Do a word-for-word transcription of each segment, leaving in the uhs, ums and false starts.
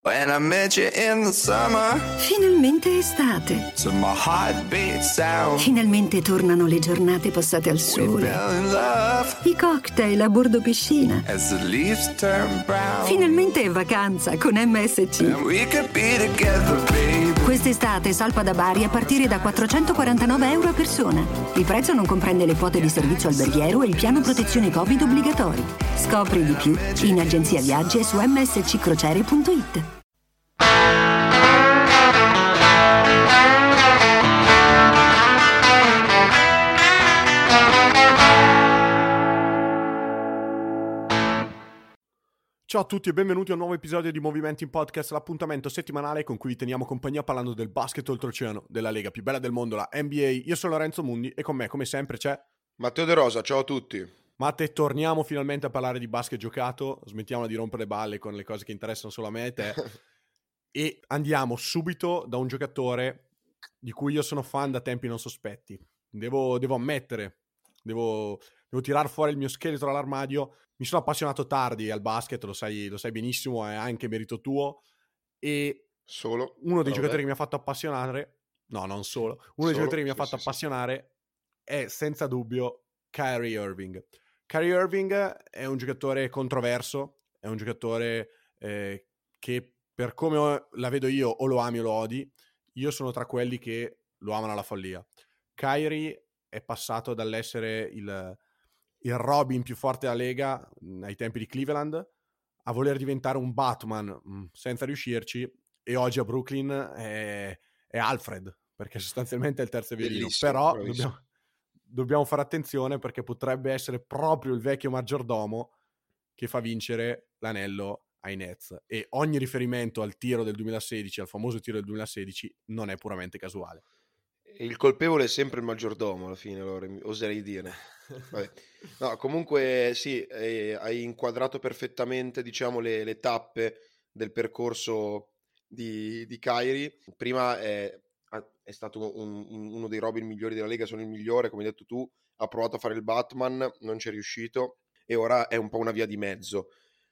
When I met you in the summer. Finalmente estate. To my heartbeat sound. Finalmente tornano le giornate passate al sole. We fell in love. I cocktail a bordo piscina. As the leaves turn brown. Finalmente è vacanza con M S C. And we could be together, baby. Quest'estate salpa da Bari a partire da quattrocentoquarantanove euro a persona. Il prezzo non comprende le quote di servizio alberghiero e il piano protezione Covid obbligatori. Scopri di più in agenzia viaggi e su m s c crociere punto i t. Ciao a tutti e benvenuti a un nuovo episodio di Movimenti in Podcast, l'appuntamento settimanale con cui vi teniamo compagnia parlando del basket oltreoceano, della lega più bella del mondo, la N B A. Io sono Lorenzo Mundi e con me, come sempre, c'è Matteo De Rosa. Ciao a tutti. Matte. Torniamo finalmente a parlare di basket giocato, smettiamo di rompere le balle con le cose che interessano solo a me e te e andiamo subito da un giocatore di cui io sono fan da tempi non sospetti. Devo, devo ammettere, devo, devo tirar fuori il mio scheletro dall'armadio. Mi sono appassionato tardi al basket, lo sai, lo sai benissimo, è anche merito tuo. E solo uno dei giocatori che mi ha fatto appassionare, no, non solo, uno solo, dei giocatori che mi ha sì, fatto sì, appassionare sì. è senza dubbio Kyrie Irving. Kyrie Irving è un giocatore controverso, è un giocatore eh, che per come la vedo io o lo ami o lo odi. Io sono tra quelli che lo amano alla follia. Kyrie è passato dall'essere il, il Robin più forte della Lega mh, ai tempi di Cleveland a voler diventare un Batman mh, senza riuscirci, e oggi a Brooklyn è, è Alfred, perché sostanzialmente è il terzo violino. Però dobbiamo, dobbiamo fare attenzione, perché potrebbe essere proprio il vecchio maggiordomo che fa vincere l'anello ai Nets, e ogni riferimento al tiro del duemilasedici, al famoso tiro del duemilasedici, non è puramente casuale. Il colpevole è sempre il maggiordomo alla fine, allora, oserei dire. Vabbè. No, comunque sì, eh, hai inquadrato perfettamente, diciamo, le, le tappe del percorso di, di Kyrie. Prima è, è stato un, un, uno dei Robin migliori della Lega, sono il migliore, come hai detto tu, ha provato a fare il Batman, non ci è riuscito, e ora è un po' una via di mezzo.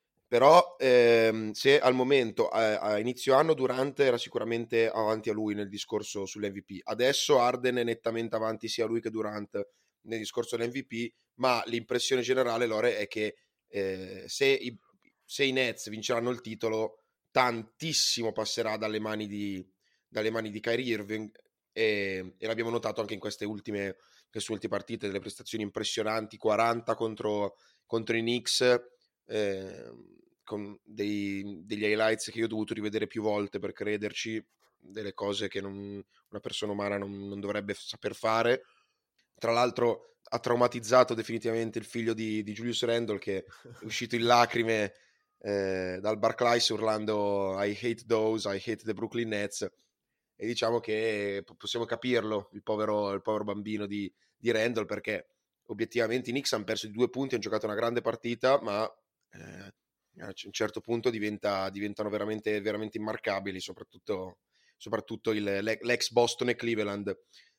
Però ehm, se al momento a, a inizio anno Durant era sicuramente avanti a lui nel discorso sull'M V P, adesso Harden è nettamente avanti sia lui che Durant nel discorso dell'M V P, ma l'impressione generale, Lore, è che eh, se, i, se i Nets vinceranno il titolo, tantissimo passerà dalle mani di, dalle mani di Kyrie Irving, e, e l'abbiamo notato anche in queste ultime, queste ultime partite, delle prestazioni impressionanti, quaranta contro, contro i Knicks, eh, con dei, degli highlights che io ho dovuto rivedere più volte per crederci, delle cose che non, una persona umana non, non dovrebbe saper fare. Tra l'altro ha traumatizzato definitivamente il figlio di, di Julius Randle, che è uscito in lacrime eh, dal Barclays urlando I hate those, I hate the Brooklyn Nets, e diciamo che possiamo capirlo, il povero, il povero bambino di, di Randle, perché obiettivamente i Knicks hanno perso di due punti, hanno giocato una grande partita, ma eh, a un certo punto diventa, diventano veramente, veramente immarcabili, soprattutto, soprattutto il, l'ex Boston e Cleveland.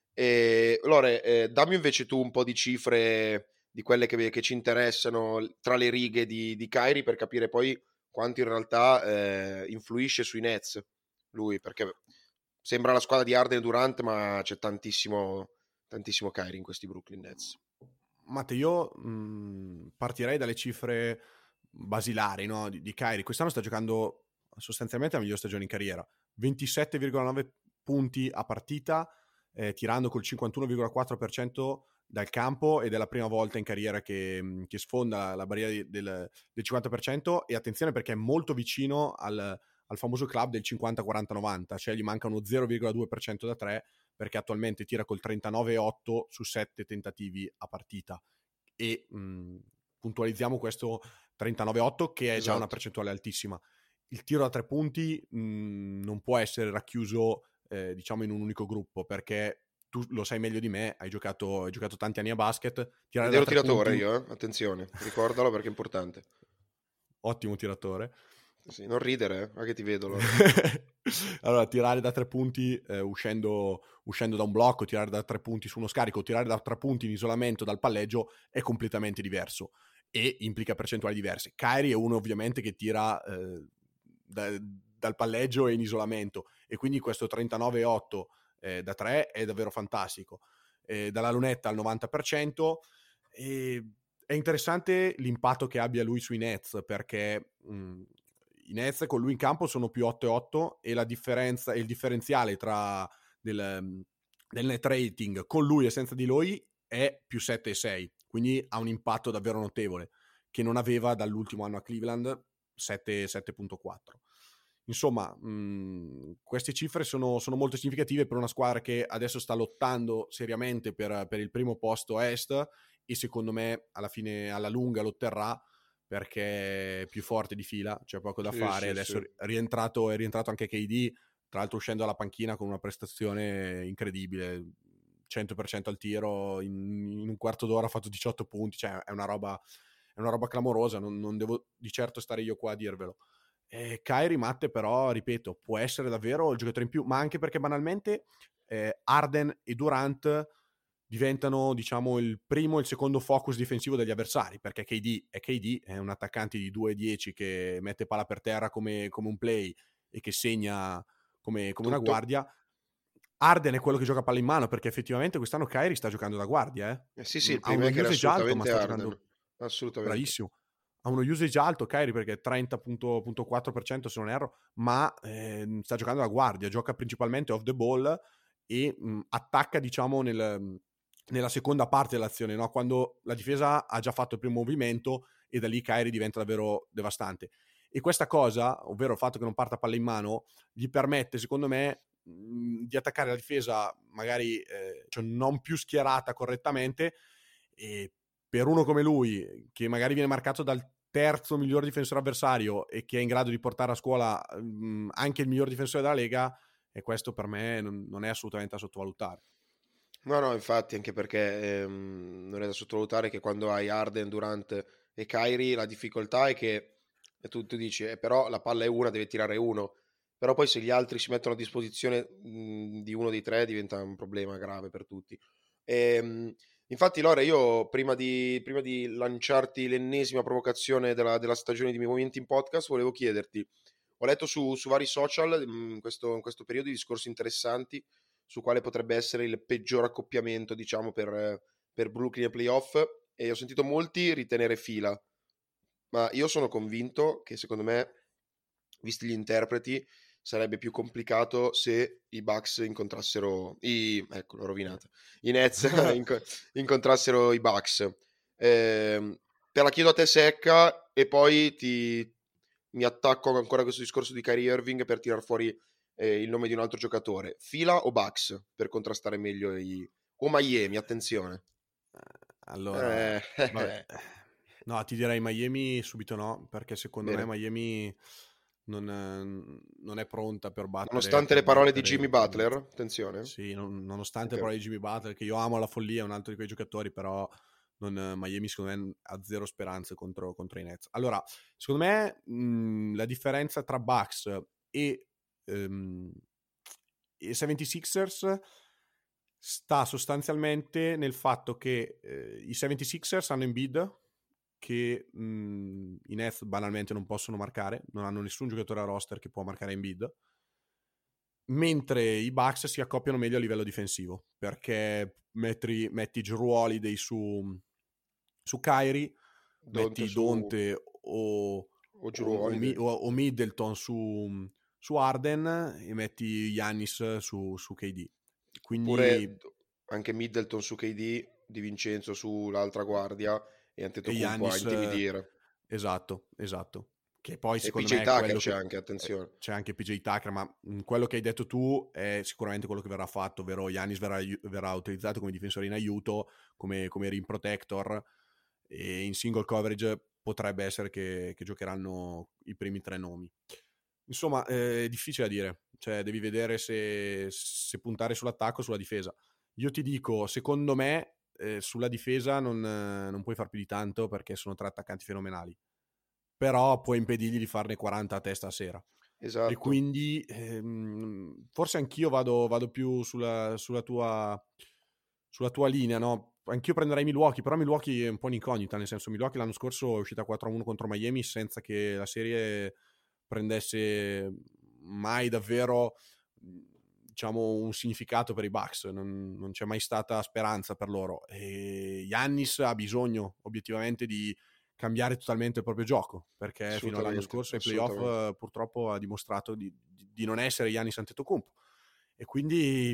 E, Lore, eh, dammi invece tu un po' di cifre di quelle che, che ci interessano tra le righe di, di Kyrie, per capire poi quanto in realtà eh, influisce sui Nets lui, perché sembra la squadra di Harden e Durant, ma c'è tantissimo, tantissimo Kyrie in questi Brooklyn Nets. Matte, io mh, partirei dalle cifre basilari, no, di, di Kyrie. Quest'anno sta giocando sostanzialmente la miglior stagione in carriera, ventisette virgola nove punti a partita, eh, tirando col cinquantuno virgola quattro per cento dal campo, ed è la prima volta in carriera che, che sfonda la barriera di, del, del cinquanta per cento, e attenzione perché è molto vicino al, al famoso club del cinquanta quaranta novanta, cioè gli manca uno zero virgola due per cento da tre, perché attualmente tira col trentanove virgola otto su sette tentativi a partita, e mh, puntualizziamo questo trentanove virgola otto che è esatto. Già una percentuale altissima. Il tiro da tre punti mh, non può essere racchiuso eh, diciamo in un unico gruppo, perché tu lo sai meglio di me, hai giocato, hai giocato tanti anni a basket. Tirare da tre tiratore punti... io, eh? Attenzione, ricordalo perché è importante. Ottimo tiratore. Sì, non ridere, eh? Ma che ti vedo. Allora, allora tirare da tre punti eh, uscendo, uscendo da un blocco, tirare da tre punti su uno scarico, tirare da tre punti in isolamento dal palleggio è completamente diverso e implica percentuali diverse. Kyrie è uno ovviamente che tira eh, da, dal palleggio e in isolamento, e quindi questo trentanove otto eh, da tre è davvero fantastico. Eh, dalla lunetta al novanta per cento, e è interessante l'impatto che abbia lui sui Nets, perché mh, i Nets con lui in campo sono più otto e otto, e la differenza, il differenziale tra del, del net rating con lui e senza di lui è più sette e sei, quindi ha un impatto davvero notevole che non aveva dall'ultimo anno a Cleveland, sette virgola quattro. Insomma, mh, queste cifre sono, sono molto significative per una squadra che adesso sta lottando seriamente per, per il primo posto est, e secondo me alla fine, alla lunga, lo otterrà, perché è più forte di fila, c'è poco da Sì, fare. sì, Adesso sì. è rientrato, è rientrato anche K D, tra l'altro uscendo dalla panchina con una prestazione incredibile, cento per cento al tiro, in, in un quarto d'ora ha fatto diciotto punti, cioè è una roba, è una roba clamorosa, non, non devo di certo stare io qua a dirvelo. Eh, Kyrie Matte però, ripeto, può essere davvero il giocatore in più, ma anche perché banalmente eh, Harden e Durant diventano, diciamo, il primo e il secondo focus difensivo degli avversari, perché K D è K D, è un attaccante di due dieci che mette palla per terra come, come un play e che segna come, come una Tutto. guardia. Harden è quello che gioca palla in mano, perché effettivamente quest'anno Kyrie sta giocando da guardia, eh? Eh, sì, sì, il Ha uno playmaker è usage alto, ma assolutamente sta Harden. giocando Assolutamente. bravissimo. Ha uno usage alto Kyrie, perché è trenta virgola quattro per cento se non erro, ma eh, sta giocando da guardia, gioca principalmente off the ball e mh, attacca, diciamo, nel, nella seconda parte dell'azione, no? Quando la difesa ha già fatto il primo movimento, e da lì Kyrie diventa davvero devastante. E questa cosa, ovvero il fatto che non parta palla in mano, gli permette, secondo me, mh, di attaccare la difesa magari eh, cioè non più schierata correttamente, e per uno come lui, che magari viene marcato dal terzo miglior difensore avversario e che è in grado di portare a scuola mh, anche il miglior difensore della Lega, e questo per me non, non è assolutamente da sottovalutare. No, no, infatti, anche perché ehm, non è da sottovalutare che quando hai Harden, Durant e Kyrie, la difficoltà è che e tu, tu dici, eh, però la palla è una, deve tirare uno. Però poi se gli altri si mettono a disposizione mh, di uno dei tre diventa un problema grave per tutti. Ehm, infatti, Lore, io prima di, prima di lanciarti l'ennesima provocazione della, della stagione di Miei Momenti in Podcast, volevo chiederti, ho letto su, su vari social mh, in questo, in questo periodo discorsi interessanti su quale potrebbe essere il peggior accoppiamento, diciamo, per, per Brooklyn e playoff, e ho sentito molti ritenere Fila, ma io sono convinto che secondo me, visti gli interpreti, sarebbe più complicato se i Bucks incontrassero i, ecco, l'ho rovinata, i Nets inco- incontrassero i Bucks. Eh, te la chiedo a te secca e poi ti, mi attacco ancora a questo discorso di Kyrie Irving per tirar fuori eh, il nome di un altro giocatore. Fila o Bucks per contrastare meglio i... o Miami, attenzione. Allora, Eh, vabbè. No, ti direi Miami subito no, perché secondo Bene. me Miami non, non è pronta per battere. Nonostante per le parole di battere Jimmy i Butler, Nets. attenzione. Sì, non, nonostante Ok. le parole di Jimmy Butler, che io amo alla follia, è un altro di quei giocatori, però non, Miami secondo me ha zero speranze contro, contro i Nets. Allora, secondo me mh, la differenza tra Bucks e, um, e settantasei ers sta sostanzialmente nel fatto che eh, i settantasei ers hanno Embiid, che mh, i Nets banalmente non possono marcare, non hanno nessun giocatore a roster che può marcare Embiid, mentre i Bucks si accoppiano meglio a livello difensivo, perché metti, metti Jrue Holiday su, su Kyrie, Donte metti su... Donte o, o o, Jrue o, Holiday. o, o Middleton su, su Harden, e metti Giannis su, su K D. Quindi... Oppure anche Middleton su K D, Di Vincenzo sull'altra guardia e Antetokounmpo a Giannis, intimidire. Esatto, esatto. Che poi E secondo P J me è Tucker quello c'è che... anche, attenzione. C'è anche P J Tucker, ma mh, quello che hai detto tu è sicuramente quello che verrà fatto, ovvero Giannis verrà, verrà utilizzato come difensore in aiuto, come, come rim protector, e in single coverage potrebbe essere che, che giocheranno i primi tre nomi. Insomma, è difficile da dire, cioè devi vedere se, se puntare sull'attacco o sulla difesa. Io ti dico, secondo me, eh, sulla difesa non, eh, non puoi far più di tanto, perché sono tre attaccanti fenomenali, però puoi impedirgli di farne quaranta a testa a sera. Esatto. E quindi ehm, forse anch'io vado, vado più sulla, sulla, tua, sulla tua linea, no? Anch'io prenderei Milwaukee, però Milwaukee è un po' un'incognita, nel senso Milwaukee l'anno scorso è uscita quattro a uno contro Miami senza che la serie prendesse mai davvero, diciamo, un significato per i Bucks, non, non c'è mai stata speranza per loro, e Giannis ha bisogno obiettivamente di cambiare totalmente il proprio gioco, perché fino all'anno scorso ai playoff purtroppo ha dimostrato di, di, di non essere Giannis Antetokounmpo, e quindi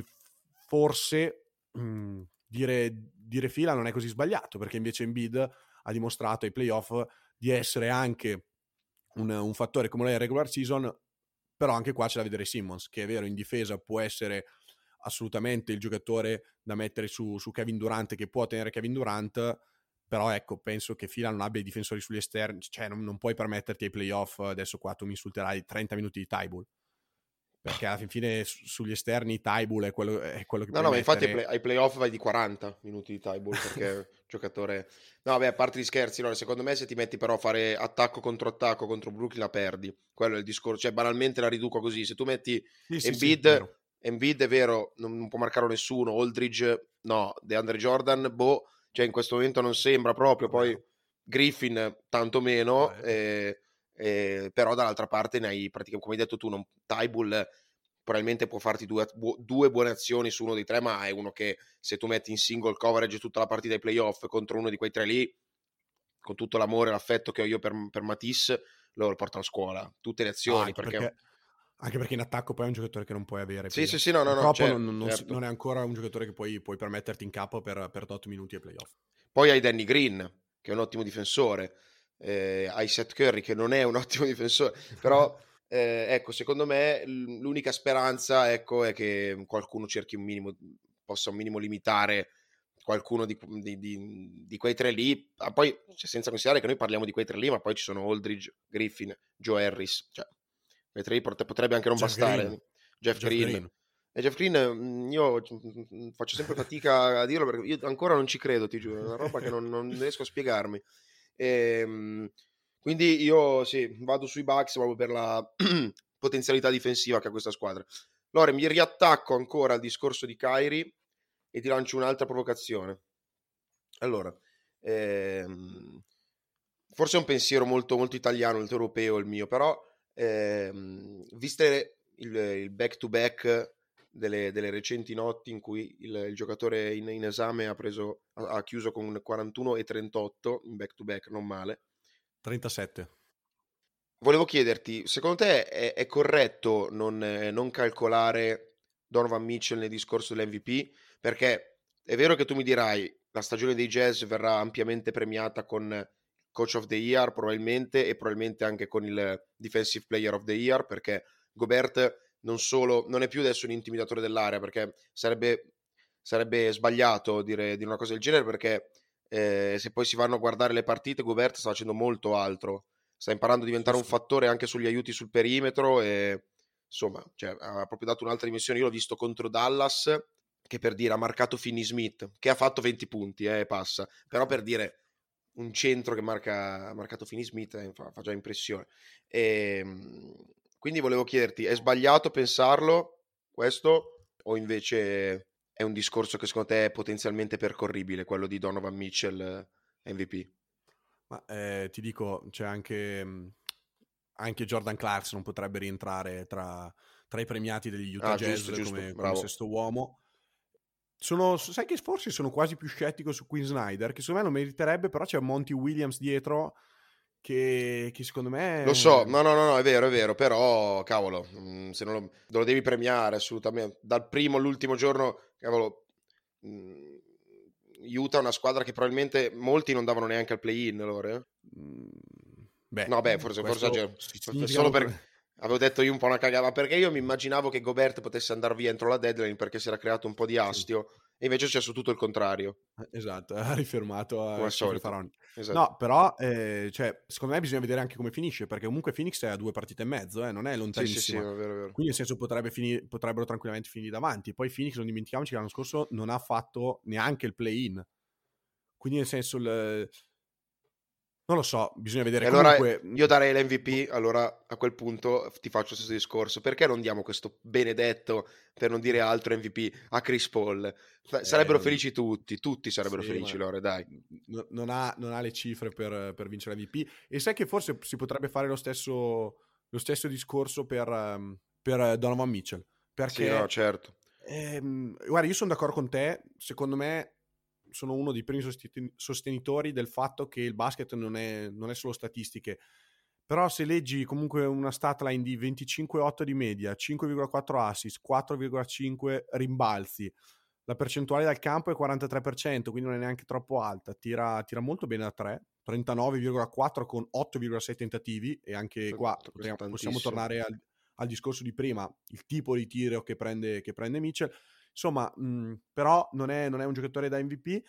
forse mh, dire, dire fila non è così sbagliato, perché invece Embiid ha dimostrato ai playoff di essere anche un, un fattore come la regular season, però anche qua c'è da vedere Simmons, che è vero in difesa può essere assolutamente il giocatore da mettere su, su Kevin Durant, che può tenere Kevin Durant, però ecco, penso che Fila non abbia i difensori sugli esterni, cioè non, non puoi permetterti ai playoff, adesso qua tu mi insulterai, trenta minuti di Thybulle, perché alla fin fine su, sugli esterni Thybulle è quello, è quello che no puoi no mettere. Ma infatti ai, play, ai playoff vai di quaranta minuti di Thybulle, perché giocatore, no vabbè, a parte gli scherzi, allora, secondo me se ti metti però a fare attacco contro attacco contro Brooklyn la perdi, quello è il discorso, cioè banalmente la riduco così, se tu metti sì, Embiid, sì, sì, Embiid è vero, non, non può marcarlo nessuno, Aldridge no, DeAndre Jordan boh, cioè in questo momento non sembra proprio, poi Vabbè. Griffin tanto meno, eh, eh, però dall'altra parte ne hai praticamente, come hai detto tu, non, Thybulle probabilmente può farti due, due buone azioni su uno dei tre, ma è uno che se tu metti in single coverage tutta la partita ai playoff contro uno di quei tre lì, con tutto l'amore e l'affetto che ho io per, per Matisse, loro lo portano a scuola, tutte le azioni, ah, anche perché... perché... Anche perché in attacco poi è un giocatore che non puoi avere. Sì, sì, sì, no, no, no, certo, non, non, certo. non è ancora un giocatore che puoi, puoi permetterti in capo per, per otto minuti ai playoff. Poi hai Danny Green, che è un ottimo difensore, eh, hai Seth Curry, che non è un ottimo difensore, però eh, ecco, secondo me l'unica speranza, ecco, è che qualcuno cerchi un minimo, possa un minimo limitare qualcuno di, di, di, di quei tre lì, ah, poi cioè, senza considerare che noi parliamo di quei tre lì, ma poi ci sono Aldridge, Griffin, Joe Harris, cioè quei tre lì potrebbe anche non Jeff bastare. Green. Jeff, Jeff Green. Green. E Jeff Green, io faccio sempre fatica a dirlo perché io ancora non ci credo, ti giuro, è una roba che non, non riesco a spiegarmi. E, quindi io sì, vado sui Bucks proprio per la potenzialità difensiva che ha questa squadra. Allora mi riattacco ancora al discorso di Kyrie e ti lancio un'altra provocazione. Allora, ehm, forse è un pensiero molto, molto italiano, molto europeo il mio, però ehm, viste il, il back to back delle, delle recenti notti in cui il, il giocatore in, in esame ha preso ha, ha chiuso con quarantuno e trentotto in back to back, non male. trentasette. Volevo chiederti, secondo te è, è corretto non, eh, non calcolare Donovan Mitchell nel discorso dell'M V P? Perché è vero che tu mi dirai la stagione dei Jazz verrà ampiamente premiata con Coach of the Year probabilmente, e probabilmente anche con il Defensive Player of the Year, perché Gobert non solo non è più adesso un intimidatore dell'area, perché sarebbe, sarebbe sbagliato dire, dire una cosa del genere, perché eh, se poi si vanno a guardare le partite Gobert sta facendo molto altro, sta imparando a diventare sì, un sì. fattore anche sugli aiuti sul perimetro e insomma cioè, ha proprio dato un'altra dimensione. Io l'ho visto contro Dallas, che per dire ha marcato Finney Smith, che ha fatto venti punti e eh, passa, però per dire un centro che marca, ha marcato Finney Smith eh, fa, fa già impressione. E, quindi volevo chiederti, è sbagliato pensarlo questo, o invece è un discorso che secondo te è potenzialmente percorribile, quello di Donovan Mitchell M V P? Ma eh, ti dico, c'è anche, anche Jordan Clarkson potrebbe rientrare tra, tra i premiati degli Utah ah, Jazz giusto, come, giusto, come sesto uomo. Sono, sai che forse sono quasi più scettico su Quinn Snyder, che secondo me non meriterebbe, però c'è Monty Williams dietro che, che secondo me... Lo so, no, no, no, no, è vero, è vero, però, cavolo, mh, se non lo, lo devi premiare assolutamente. Dal primo all'ultimo giorno, cavolo, mh, Utah è una squadra che probabilmente molti non davano neanche al play-in, allora. Eh? Beh, no, beh, forse, forse, forse solo per... Avevo detto io un po' una cagata, perché io mi immaginavo che Gobert potesse andare via entro la deadline perché si era creato un po' di astio, sì. E invece c'è su tutto il contrario. Esatto, ha rifermato a Come esatto. No, però eh, cioè, secondo me bisogna vedere anche come finisce, perché comunque Phoenix è a due partite e mezzo, eh, non è lontanissima. Sì, sì, sì, è vero, è vero. Quindi nel senso potrebbe finire, potrebbero tranquillamente finire davanti. Poi Phoenix, non dimentichiamoci che l'anno scorso non ha fatto neanche il play-in. Quindi nel senso... Il, non lo so, bisogna vedere. E allora comunque... io darei l'M V P, allora a quel punto ti faccio lo stesso discorso. Perché non diamo questo benedetto, per non dire altro, M V P a Chris Paul? Sarebbero eh, felici tutti, tutti sarebbero sì, felici, Lore, dai. Non ha, non ha le cifre per, per vincere l'M V P. E sai che forse si potrebbe fare lo stesso, lo stesso discorso per, per Donovan Mitchell, perché Sì, no, certo. ehm, guarda, io sono d'accordo con te, secondo me sono uno dei primi sosti- sostenitori del fatto che il basket non è, non è solo statistiche, però se leggi comunque una statline di venticinque virgola otto di media, cinque virgola quattro assist, quattro virgola cinque rimbalzi, la percentuale dal campo è quarantatré per cento, quindi non è neanche troppo alta, tira, tira molto bene da tre, trentanove virgola quattro con otto virgola sei tentativi, e anche qua potremo, possiamo tornare al, al discorso di prima, il tipo di tiro che prende, che prende Mitchell. Insomma, mh, però non è, non è un giocatore da M V P,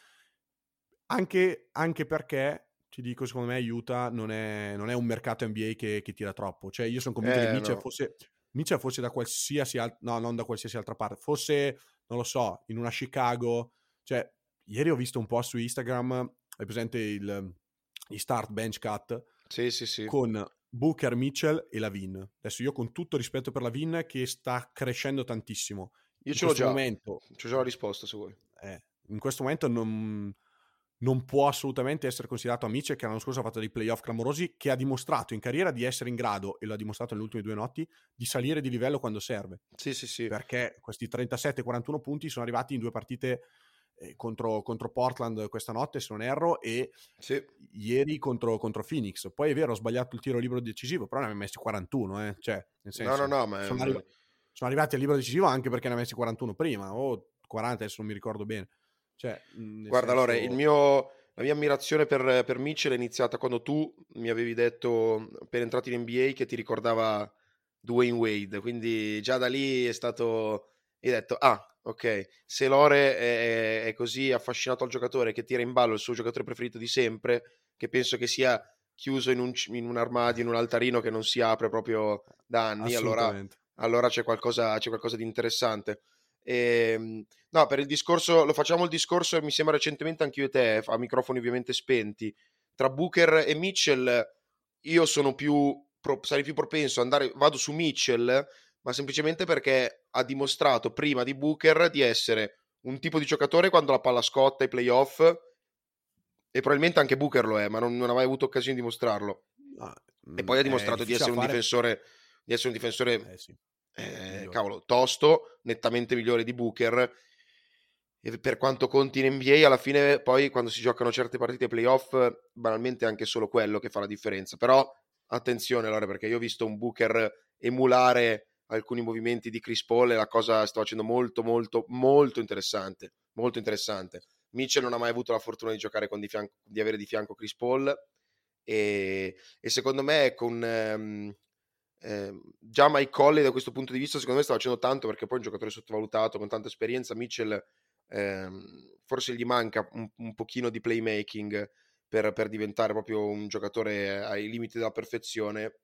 anche, anche perché, ti dico, secondo me Utah non è, non è un mercato N B A che, che tira troppo. Cioè io sono convinto Eh, che Mitchell no. fosse, Mitchell fosse da qualsiasi al- no, non da qualsiasi altra parte, fosse, non lo so, in una Chicago. Cioè, ieri ho visto un po' su Instagram, hai presente il, il start bench cut? Sì, sì, sì. Con Booker, Mitchell e Lavin. Adesso io, con tutto rispetto per Lavin, che sta crescendo tantissimo, Io in ce l'ho questo già. momento, C'ho già la risposta se vuoi. eh, in questo momento non, non può assolutamente essere considerato a Mitchell, che l'anno scorso ha fatto dei playoff clamorosi, che ha dimostrato in carriera di essere in grado, e lo ha dimostrato nelle ultime due notti, di salire di livello quando serve. Sì, sì, sì. Perché questi trentasette quarantuno punti sono arrivati in due partite eh, contro, contro Portland questa notte, se non erro, e Sì. ieri contro, contro Phoenix. Poi è vero, ho sbagliato il tiro libero decisivo, però ne aveva messi quarantuno, eh. Cioè, nel senso, No, no, no, ma è sono, un- arri- sono arrivati al libero decisivo anche perché ne aveva messi quarantuno prima, o quaranta, adesso non mi ricordo bene. Cioè, mh, nel Guarda, senso... allora, il mio, la mia ammirazione per, per Mitchell è iniziata quando tu mi avevi detto, appena entrato in N B A, che ti ricordava Dwayne Wade, quindi già da lì è stato... hai detto, ah, ok, se Lore è, è così affascinato al giocatore che tira in ballo il suo giocatore preferito di sempre, che penso che sia chiuso in un, in un armadio, in un altarino che non si apre proprio da anni, allora, Assolutamente. allora c'è qualcosa, c'è qualcosa di interessante. E, no, per il discorso, lo facciamo il discorso, mi sembra recentemente anche io e te, a microfoni ovviamente spenti, tra Booker e Mitchell. Io sono più, pro, sarei più propenso ad andare, vado su Mitchell, ma semplicemente perché ha dimostrato prima di Booker di essere un tipo di giocatore quando la palla scotta ai playoff, e probabilmente anche Booker lo è, ma non, non ha mai avuto occasione di dimostrarlo. Ah, E mh, poi ha è dimostrato di difficile essere da un fare. difensore, di essere un difensore Eh sì, eh, migliore. cavolo, tosto, nettamente migliore di Booker. E per quanto conti in N B A, alla fine poi quando si giocano certe partite playoff, banalmente è anche solo quello che fa la differenza. Però attenzione allora, perché io ho visto un Booker emulare alcuni movimenti di Chris Paul e la cosa sta facendo molto molto molto interessante, molto interessante. Mitchell non ha mai avuto la fortuna di giocare con di, fianco, di avere di fianco Chris Paul, e, e secondo me con ehm, eh, già Mike Conley da questo punto di vista secondo me sta facendo tanto, perché poi è un giocatore sottovalutato con tanta esperienza. Mitchell ehm, forse gli manca un, un pochino di playmaking per, per diventare proprio un giocatore ai limiti della perfezione,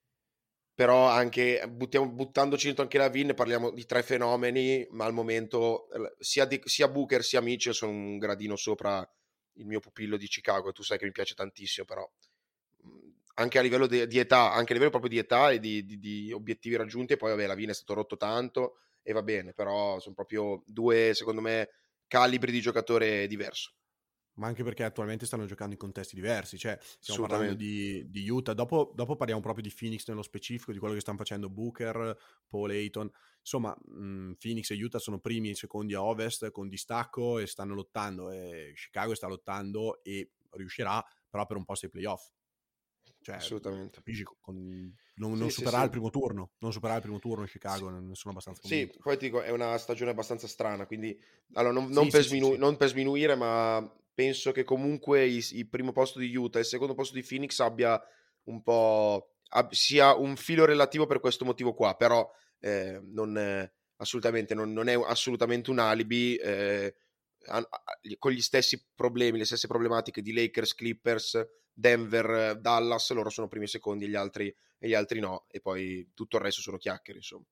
però anche buttiamo, buttandoci dentro anche la Vin, parliamo di tre fenomeni, ma al momento sia, di, sia Booker sia Mitchell sono un gradino sopra il mio pupillo di Chicago, e tu sai che mi piace tantissimo, però anche a livello di, di età, anche a livello proprio di età e di, di, di obiettivi raggiunti. E poi vabbè, la Vin è stato rotto tanto e va bene, però sono proprio due, secondo me, calibri di giocatore diverso. Ma anche perché attualmente stanno giocando in contesti diversi, cioè stiamo parlando Assolutamente. di, di Utah, dopo, dopo parliamo proprio di Phoenix nello specifico, di quello che stanno facendo Booker, Paul Ayton, insomma mh, Phoenix e Utah sono primi e secondi a Ovest con distacco e stanno lottando, e Chicago sta lottando e riuscirà però per un posto ai playoff, cioè Assolutamente. capisci, con, non, Sì, non sì, supererà sì. il primo turno, non supererà il primo turno in Sì. Chicago, ne sono abbastanza Sì, convinto. poi ti dico, è una stagione abbastanza strana, quindi allora, non, non Sì, per sì, sì, sminu- sì. non per sminuire, ma penso che comunque il, il primo posto di Utah e il secondo posto di Phoenix abbia un po' ab- sia un filo relativo per questo motivo qua, però eh, non, eh, assolutamente non, non è assolutamente un alibi, eh, a- a- con gli stessi problemi, le stesse problematiche di Lakers, Clippers, Denver, Dallas, loro sono primi e secondi e gli altri, e gli altri no, e poi tutto il resto sono chiacchiere, insomma.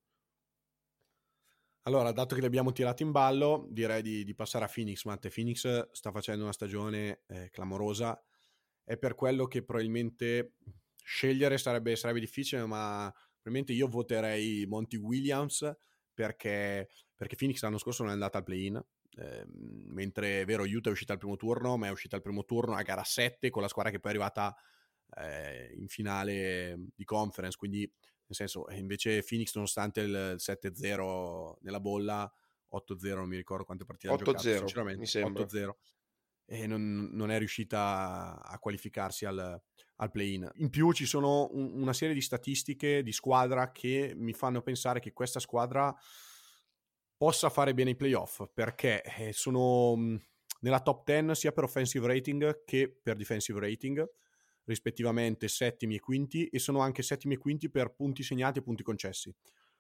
Allora, dato che li abbiamo tirati in ballo, direi di, di passare a Phoenix. Matte, Phoenix sta facendo una stagione eh, clamorosa, è per quello che probabilmente scegliere sarebbe, sarebbe difficile, ma probabilmente io voterei Monty Williams, perché, perché Phoenix l'anno scorso non è andata al play-in, eh, mentre è vero Utah è uscita al primo turno, ma è uscita al primo turno a gara sette con la squadra che poi è arrivata eh, in finale di conference, quindi nel senso, invece Phoenix nonostante il sette zero nella bolla, otto zero non mi ricordo quante partite ha giocato sinceramente, mi sembra. otto zero, e non, non è riuscita a qualificarsi al, al play-in. In più ci sono un, una serie di statistiche di squadra che mi fanno pensare che questa squadra possa fare bene i playoff, perché sono nella top dieci sia per offensive rating che per defensive rating, rispettivamente settimi e quinti, e sono anche settimi e quinti per punti segnati e punti concessi.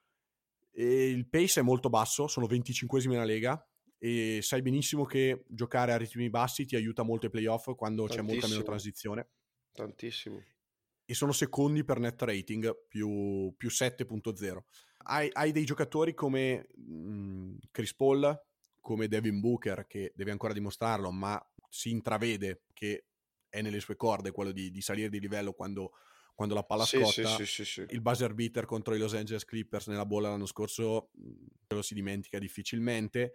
E il pace è molto basso, sono venticinquesimi nella Lega, e sai benissimo che giocare a ritmi bassi ti aiuta molto ai playoff quando Tantissimo. C'è molta meno transizione. Tantissimo. E sono secondi per net rating, più, più sette virgola zero. Hai, hai dei giocatori come mh, Chris Paul, come Devin Booker, che deve ancora dimostrarlo, ma si intravede che è nelle sue corde quello di, di salire di livello quando, quando la palla sì, scotta. Sì, sì, sì, sì. Il buzzer beater contro i Los Angeles Clippers nella bolla l'anno scorso mh, lo si dimentica difficilmente.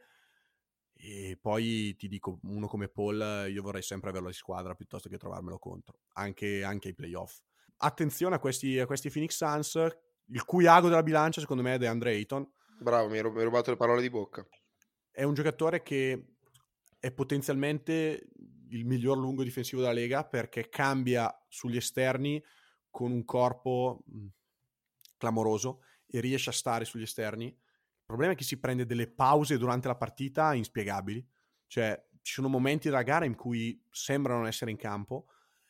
E poi ti dico, uno come Paul io vorrei sempre averlo in squadra piuttosto che trovarmelo contro, anche, anche ai playoff. Attenzione a questi, a questi Phoenix Suns, il cui ago della bilancia secondo me è DeAndre Ayton. Bravo, mi hai rubato le parole di bocca. È un giocatore che è potenzialmente il miglior lungo difensivo della Lega, perché cambia sugli esterni con un corpo mh, clamoroso e riesce a stare sugli esterni. Il problema è che si prende delle pause durante la partita inspiegabili, cioè ci sono momenti della gara in cui sembra non essere in campo,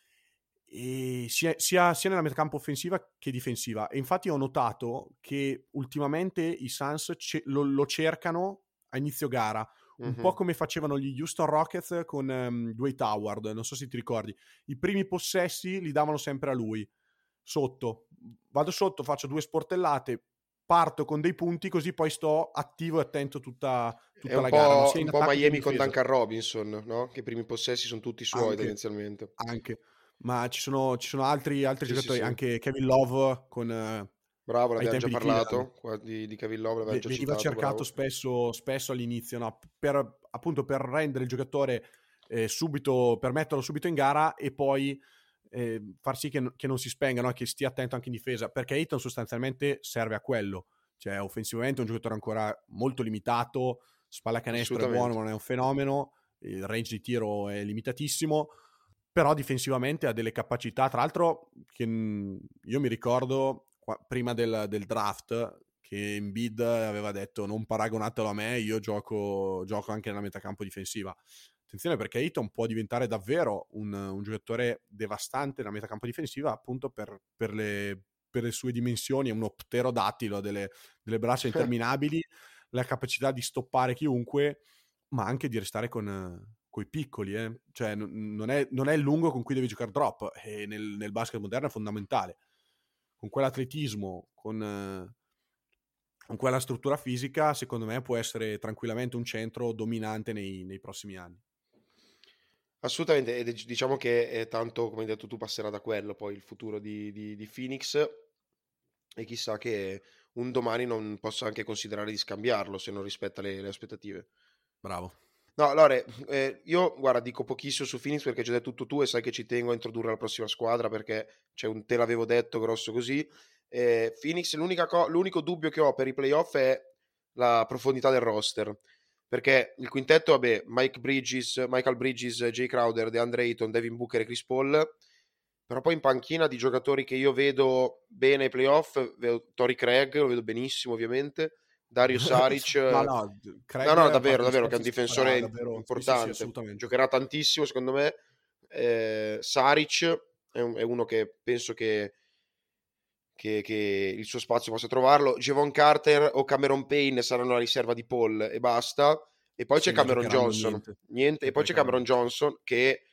e sia, sia, sia nella metacampo offensiva che difensiva. E infatti ho notato che ultimamente i Suns ce- lo, lo cercano a inizio gara, un mm-hmm. po' come facevano gli Houston Rockets con um, Dwight Howard, non so se ti ricordi, i primi possessi li davano sempre a lui, sotto, vado sotto, faccio due sportellate, parto con dei punti, così poi sto attivo e attento tutta, tutta la gara. Non un po' Miami con Duncan Robinson, no? Che i primi possessi sono tutti suoi anche, tendenzialmente. Anche, ma ci sono, ci sono altri, altri sì, giocatori, sì, sì. Anche Kevin Love con... Bravo, l'abbiamo già parlato di, di Kevin Love, l'abbiamo già veniva citato, cercato spesso, spesso all'inizio, no? per, appunto per rendere il giocatore eh, subito, per metterlo subito in gara e poi eh, far sì che, che non si spenga, no? Che stia attento anche in difesa, perché Ayton sostanzialmente serve a quello, cioè offensivamente è un giocatore ancora molto limitato, spalla canestro è buono ma non è un fenomeno, il range di tiro è limitatissimo, però difensivamente ha delle capacità, tra l'altro che io mi ricordo prima del, del draft che Embiid aveva detto non paragonatelo a me, io gioco, gioco anche nella metacampo difensiva. Attenzione, perché Ayton può diventare davvero un, un giocatore devastante nella metacampo difensiva, appunto per, per, le, per le sue dimensioni, è uno pterodattilo, delle, delle braccia interminabili, la capacità di stoppare chiunque, ma anche di restare con coi piccoli, eh. Cioè non è, non è il lungo con cui devi giocare drop, e nel, nel basket moderno è fondamentale. Con quell'atletismo, con, eh, con quella struttura fisica, secondo me può essere tranquillamente un centro dominante nei, nei prossimi anni. Assolutamente, e diciamo che è tanto, come hai detto tu, passerà da quello poi il futuro di, di, di Phoenix, e chissà che un domani non possa anche considerare di scambiarlo se non rispetta le, le aspettative. Bravo. No, Lore, eh, io guarda dico pochissimo su Phoenix perché già detto tutto tu e sai che ci tengo a introdurre la prossima squadra perché c'è un te l'avevo detto grosso così. Eh, Phoenix, l'unica co- l'unico dubbio che ho per i playoff è la profondità del roster, perché il quintetto, vabbè, Mike Bridges, Michael Bridges, Jay Crowder, DeAndre Ayton, Devin Booker e Chris Paul, però poi in panchina di giocatori che io vedo bene ai playoff, vedo Torrey Craig, lo vedo benissimo ovviamente, Dario Saric, no, no, no, no, davvero, davvero, che è un difensore davvero, importante, sì, sì, giocherà tantissimo secondo me. eh, Saric è, un, è uno che penso che, che, che il suo spazio possa trovarlo. Javon Carter o Cameron Payne saranno la riserva di Paul e basta, e poi sì, c'è Cameron Johnson niente, niente. e poi c'è Cameron Johnson che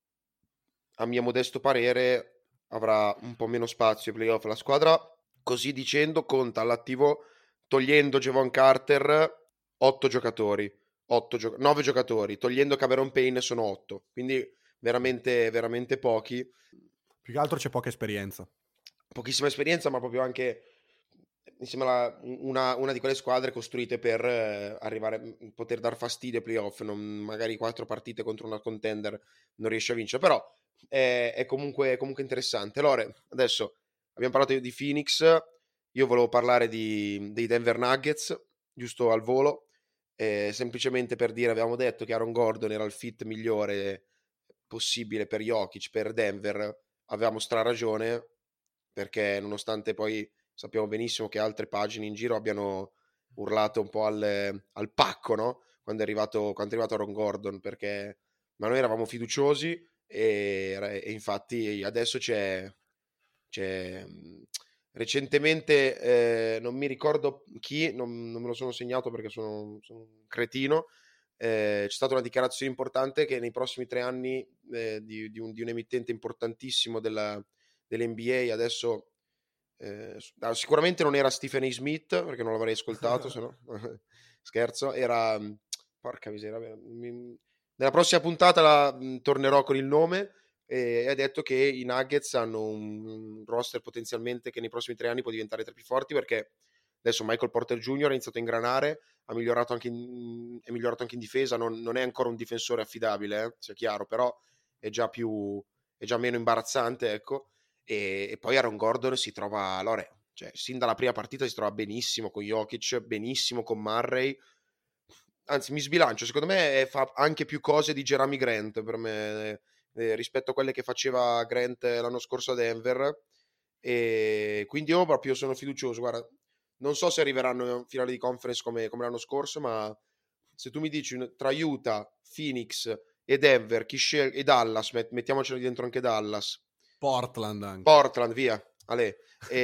a mio modesto parere avrà un po' meno spazio ai playoff. La squadra, così dicendo, conta all'attivo, togliendo Javon Carter, otto giocatori, otto gio- nove giocatori, togliendo Cameron Payne sono otto, quindi veramente, veramente pochi. Più che altro c'è poca esperienza. Pochissima esperienza, ma proprio anche, mi sembra una, una di quelle squadre costruite per eh, arrivare, poter dar fastidio ai playoff, non, magari quattro partite contro una contender non riesce a vincere, però è, è comunque, comunque interessante. Allora, adesso abbiamo parlato di Phoenix. io volevo parlare di, dei Denver Nuggets, giusto al volo, eh, semplicemente per dire, avevamo detto che Aaron Gordon era il fit migliore possibile per Jokic, per Denver, avevamo stra ragione, perché nonostante poi sappiamo benissimo che altre pagine in giro abbiano urlato un po' al, al pacco, no? Quando è arrivato, quando è arrivato Aaron Gordon, perché ma noi eravamo fiduciosi e, e infatti adesso c'è, c'è recentemente, eh, non mi ricordo chi, non, non me lo sono segnato perché sono, sono un cretino, eh, c'è stata una dichiarazione importante che nei prossimi tre anni eh, di, di, un, di un emittente importantissimo della, dell'N B A adesso eh, sicuramente non era Stephen A. Smith perché non l'avrei ascoltato, se no scherzo, era porca miseria, mi, nella prossima puntata la, tornerò con il nome e ha detto che i Nuggets hanno un roster potenzialmente che nei prossimi tre anni può diventare tra i più forti, perché adesso Michael Porter Junior ha iniziato a ingranare, ha migliorato anche in, è migliorato anche in difesa, non, non è ancora un difensore affidabile, eh, sia chiaro, però è già più è già meno imbarazzante, ecco. E, e poi Aaron Gordon si trova allora, cioè, sin dalla prima partita si trova benissimo con Jokic, benissimo con Murray, anzi mi sbilancio, secondo me fa anche più cose di Jeremy Grant per me eh, rispetto a quelle che faceva Grant l'anno scorso a Denver, e quindi io proprio sono fiducioso. Guarda, non so se arriveranno in finale di conference come, come l'anno scorso, ma se tu mi dici tra Utah, Phoenix e Denver chi scel- e Dallas, met- mettiamocelo dentro anche Dallas, Portland anche. Portland, via, Ale.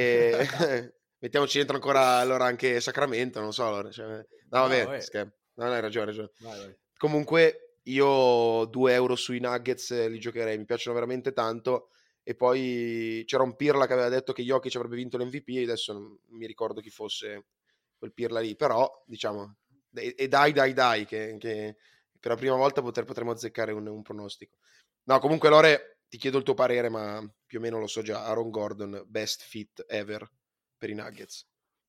E mettiamoci dentro ancora allora anche Sacramento, non so, allora, cioè, no, vabbè, No, vabbè. scherzo. No, hai ragione, hai ragione. Vai, vai. Comunque io due euro sui Nuggets eh, li giocherei, mi piacciono veramente tanto. E poi c'era un Pirla che aveva detto che Jokic avrebbe vinto l'M V P, adesso non mi ricordo chi fosse quel Pirla lì, però diciamo, e, e dai dai dai che, che per la prima volta poter, potremmo azzeccare un, un pronostico. No, comunque Lore, ti chiedo il tuo parere, ma più o meno lo so già. Aaron Gordon, best fit ever per i Nuggets.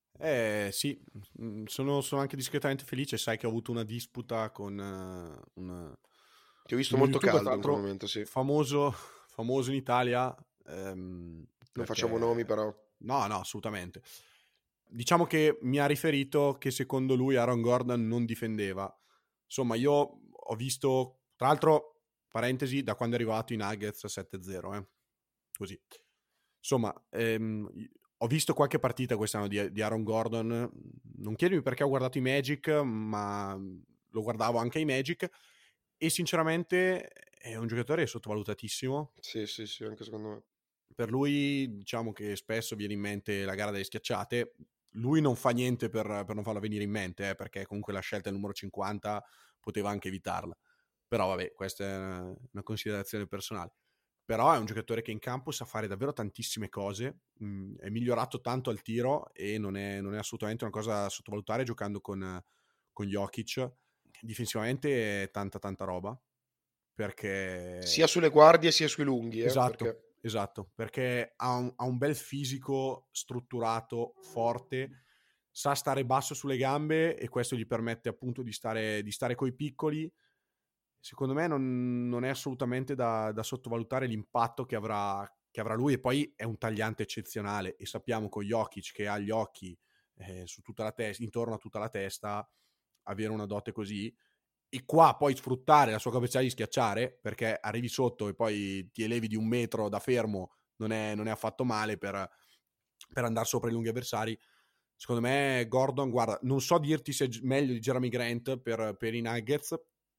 Eh sì, sono, sono anche discretamente felice, sai che ho avuto una disputa con uh, un... Ti ho visto un molto YouTuber, caldo tra in quel l'altro, momento, sì. famoso, famoso in Italia. Ehm, Non perché- facciamo nomi però. No, no, assolutamente. Diciamo che mi ha riferito che secondo lui Aaron Gordon non difendeva. Insomma, io ho visto, tra l'altro, parentesi, da quando è arrivato i Nuggets sette zero, eh. Così. Insomma, ehm, ho visto qualche partita quest'anno di, di Aaron Gordon. Non chiedimi perché ho guardato i Magic, ma lo guardavo anche ai Magic. E sinceramente è un giocatore sottovalutatissimo. Sì, sì, sì, anche secondo me. Per lui, diciamo che spesso viene in mente la gara delle schiacciate. Lui non fa niente per, per non farla venire in mente, eh, perché comunque la scelta del numero cinquanta poteva anche evitarla. Però vabbè, questa è una, una considerazione personale. Però è un giocatore che in campo sa fare davvero tantissime cose, mh, è migliorato tanto al tiro e non è, non è assolutamente una cosa da sottovalutare giocando con, con Jokic. Difensivamente è tanta tanta roba, perché... Sia sulle guardie sia sui lunghi, eh, Esatto, perché... esatto, perché ha un, ha un bel fisico strutturato, forte, sa stare basso sulle gambe e questo gli permette appunto di stare, di stare coi piccoli. Secondo me non, non è assolutamente da, da sottovalutare l'impatto che avrà, che avrà lui, e poi è un tagliante eccezionale e sappiamo con Jokic che ha gli occhi eh, su tutta la testa, intorno a tutta la testa, avere una dote così, e qua poi sfruttare la sua capacità di schiacciare, perché arrivi sotto e poi ti elevi di un metro da fermo, non è, non è affatto male per, per andare sopra i lunghi avversari. Secondo me Gordon, guarda, non so dirti se è meglio di Jeremy Grant per, per i Nuggets,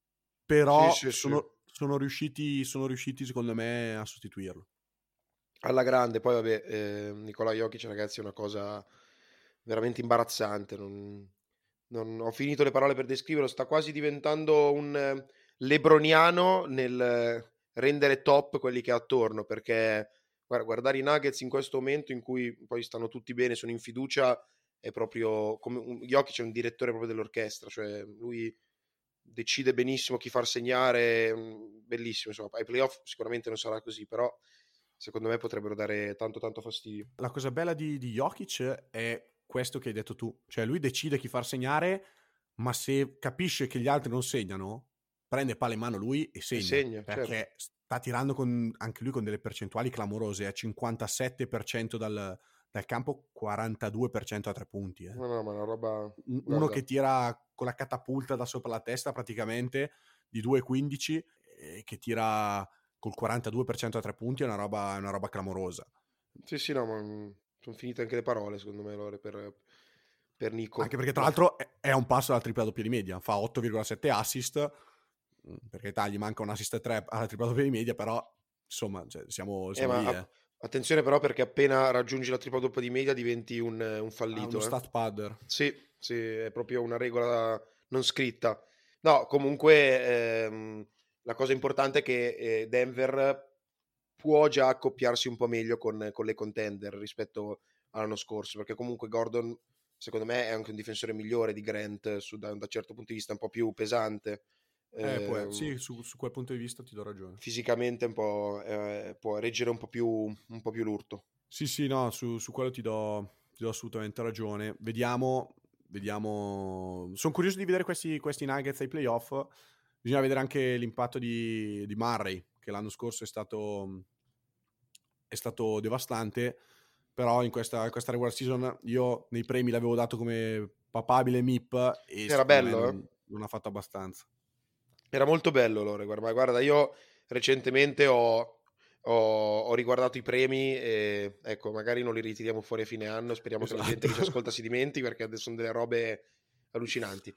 però Sì, sì, sono, sono, riusciti, sono riusciti secondo me a sostituirlo. Alla grande, poi vabbè, eh, Nikola Jokic ragazzi è una cosa veramente imbarazzante, non, non ho finito le parole per descriverlo, sta quasi diventando un eh, lebroniano nel eh, rendere top quelli che ha attorno, perché guarda, guardare i Nuggets in questo momento in cui poi stanno tutti bene, sono in fiducia, è proprio come un, Jokic è un direttore proprio dell'orchestra, cioè lui decide benissimo chi far segnare, bellissimo, insomma, ai playoff sicuramente non sarà così, però secondo me potrebbero dare tanto tanto fastidio. La cosa bella di, di Jokic è questo che hai detto tu, cioè lui decide chi far segnare, ma se capisce che gli altri non segnano, prende palla in mano lui e segna, e segna perché certo. sta tirando con, anche lui con delle percentuali clamorose, è cinquantasette per cento dal, dal campo quarantadue per cento a tre punti. Eh. No, no, ma una roba... Un- guarda. Uno che tira con la catapulta da sopra la testa praticamente di due virgola quindici e che tira col quarantadue per cento a tre punti è una roba, è una roba clamorosa. Sì, sì, no, ma mm, sono finite anche le parole, secondo me, Lore, per, per Nico. Anche perché tra l'altro è- è a un passo dalla tripla doppia di media, fa otto virgola sette assist, mm, perché gli manca un assist e tre alla tripla doppia di media, però insomma cioè, siamo, Eh, siamo ma lì. a- Eh. attenzione però, perché appena raggiungi la tripla doppia di media diventi un, un Ha uno fallito. eh. stat padder. Sì, sì, è proprio una regola non scritta. No, comunque ehm, la cosa importante è che eh, Denver può già accoppiarsi un po' meglio con, con le contender rispetto all'anno scorso, perché comunque Gordon, secondo me, è anche un difensore migliore di Grant su, da un certo punto di vista, un po' più pesante. Eh, può- Ehm, sì, su, su quel punto di vista ti do ragione. Fisicamente un po', eh, può reggere un po' più, un po' più l'urto. Sì, sì, no, su, su quello ti do, ti do assolutamente ragione. Vediamo, vediamo. Sono curioso di vedere questi, questi Nuggets ai playoff. Bisogna vedere anche l'impatto di, di Murray, che l'anno scorso è stato, è stato devastante, però in questa, in questa regular season io nei premi l'avevo dato come papabile M I P e Era secondo me bello, non, eh? non ha fatto abbastanza. Era molto bello, Lore, guarda, ma guarda, io recentemente ho, ho- ho riguardato i premi e ecco, magari non li ritiriamo fuori a fine anno, speriamo che la gente che ci Esatto. ascolta si dimentichi, perché adesso sono delle robe allucinanti.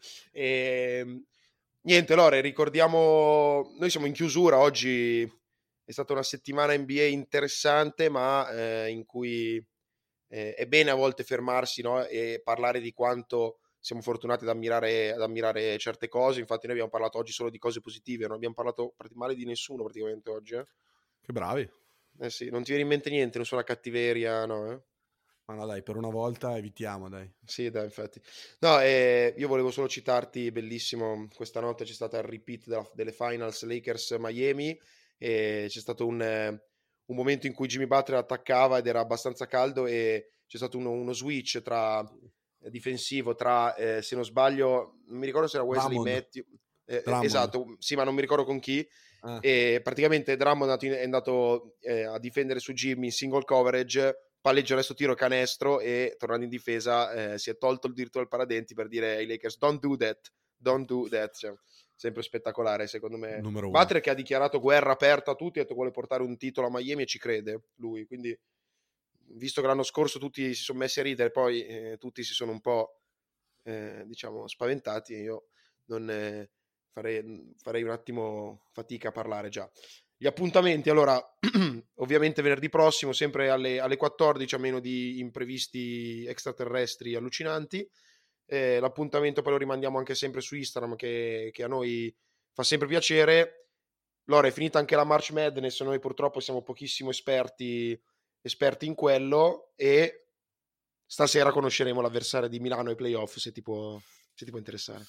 E, niente, Lore, ricordiamo, noi siamo in chiusura, oggi è stata una settimana N B A interessante, ma eh, in cui eh, è bene a volte fermarsi, no? E parlare di quanto siamo fortunati ad ammirare, ad ammirare certe cose. Infatti noi abbiamo parlato oggi solo di cose positive, non abbiamo parlato prati- male di nessuno praticamente oggi. Eh? Che bravi. Eh sì, non ti viene in mente niente, nessuna cattiveria, no? Eh? Ma no, dai, per una volta evitiamo, dai. Sì, dai, infatti. No, eh, io volevo solo citarti, bellissimo, questa notte c'è stata il repeat della- delle finals Lakers-Miami e c'è stato un, eh, un momento in cui Jimmy Butler attaccava ed era abbastanza caldo e c'è stato uno, uno switch tra eh, difensivo tra, eh, se non sbaglio, non mi ricordo se era Wesley Drummond. Matthews, eh, Drummond. esatto, sì, ma non mi ricordo con chi, Ah. e praticamente Drummond è andato, in- è andato eh, a difendere su Jimmy in single coverage, palleggio adesso tiro canestro e tornando in difesa eh, si è tolto il diritto al paradenti per dire ai Lakers don't do that, don't do that, cioè, sempre spettacolare secondo me. Numero uno. Butler che ha dichiarato guerra aperta a tutti, ha detto vuole portare un titolo a Miami e ci crede lui, quindi visto che l'anno scorso tutti si sono messi a ridere, poi eh, tutti si sono un po' eh, diciamo spaventati e io non eh, farei, farei un attimo fatica a parlare già. Gli appuntamenti, allora, ovviamente venerdì prossimo, sempre alle, alle quattordici, a meno di imprevisti extraterrestri allucinanti. Eh, l'appuntamento poi lo rimandiamo anche sempre su Instagram, che, che a noi fa sempre piacere. Lore, è finita anche la March Madness, noi purtroppo siamo pochissimo esperti, esperti in quello, e stasera conosceremo l'avversario di Milano ai playoff, se ti può, se ti può interessare.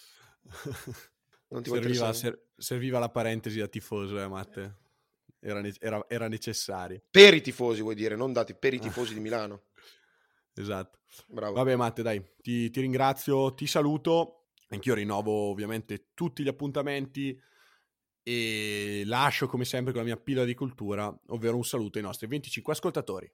Non ti può Serviva, interessare? ser- serviva la parentesi da tifoso, eh, Matte. Era, ne- era, era necessario. Per i tifosi vuoi dire, non dati, per i tifosi di Milano. Esatto. Bravo. Vabbè, Matte, dai, ti, ti ringrazio, ti saluto. Anch'io rinnovo ovviamente tutti gli appuntamenti e lascio come sempre con la mia pillola di cultura, ovvero un saluto ai nostri venticinque ascoltatori.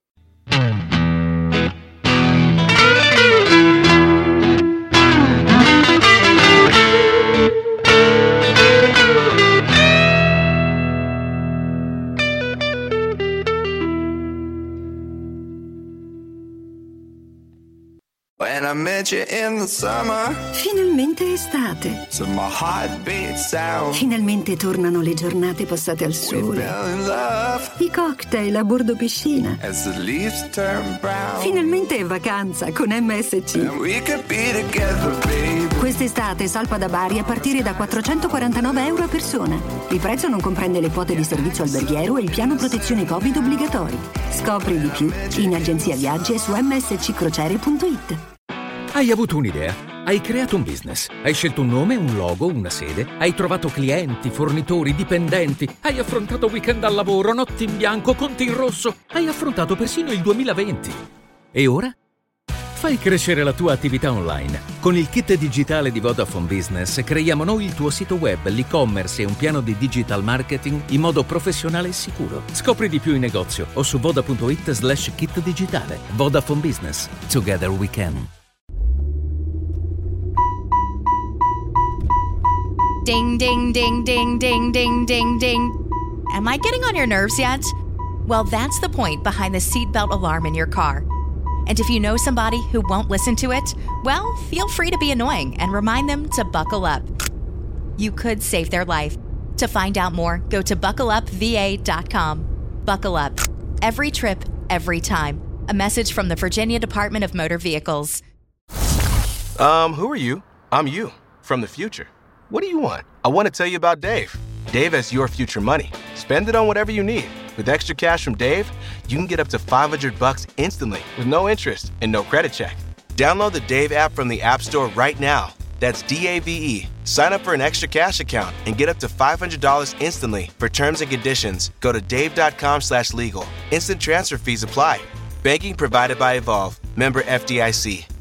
When I met you in the summer, Finalmente estate. to my heartbeat sound, Finalmente tornano le giornate passate al we sole. fell in love I cocktail a bordo piscina. as the leaves turn brown. Finalmente è vacanza con M S C. And we could be together, baby. Quest'estate salpa da Bari a partire da quattrocentoquarantanove euro a persona. Il prezzo non comprende le quote di servizio alberghiero e il piano protezione Covid obbligatori. Scopri di più in agenzia viaggi e su m s c crociere punto i t. Hai avuto un'idea? Hai creato un business? Hai scelto un nome, un logo, una sede? Hai trovato clienti, fornitori, dipendenti? Hai affrontato weekend al lavoro, notti in bianco, conti in rosso? Hai affrontato persino il duemilaventi? E ora? Fai crescere la tua attività online. Con il kit digitale di Vodafone Business creiamo noi il tuo sito web, l'e-commerce e un piano di digital marketing in modo professionale e sicuro. Scopri di più in negozio o su voda punto it slash kit digitale. Vodafone Business. Together we can. Ding, ding, ding, ding, ding, ding, ding, ding. Am I getting on your nerves yet? Well, that's the point behind the seatbelt alarm in your car. And if you know somebody who won't listen to it, well, feel free to be annoying and remind them to buckle up. You could save their life. To find out more, go to buckle up v a dot com. Buckle up. Every trip, every time. A message from the Virginia Department of Motor Vehicles. Um, who are you? I'm you, from the future. What do you want? I want to tell you about Dave. Dave has your future money. Spend it on whatever you need. With extra cash from Dave, you can get up to five hundred bucks instantly with no interest and no credit check. Download the Dave app from the App Store right now. That's D A V E. Sign up for an extra cash account and get up to five hundred dollars instantly. For terms and conditions, go to dave.com slash legal. Instant transfer fees apply. Banking provided by Evolve. Member F D I C.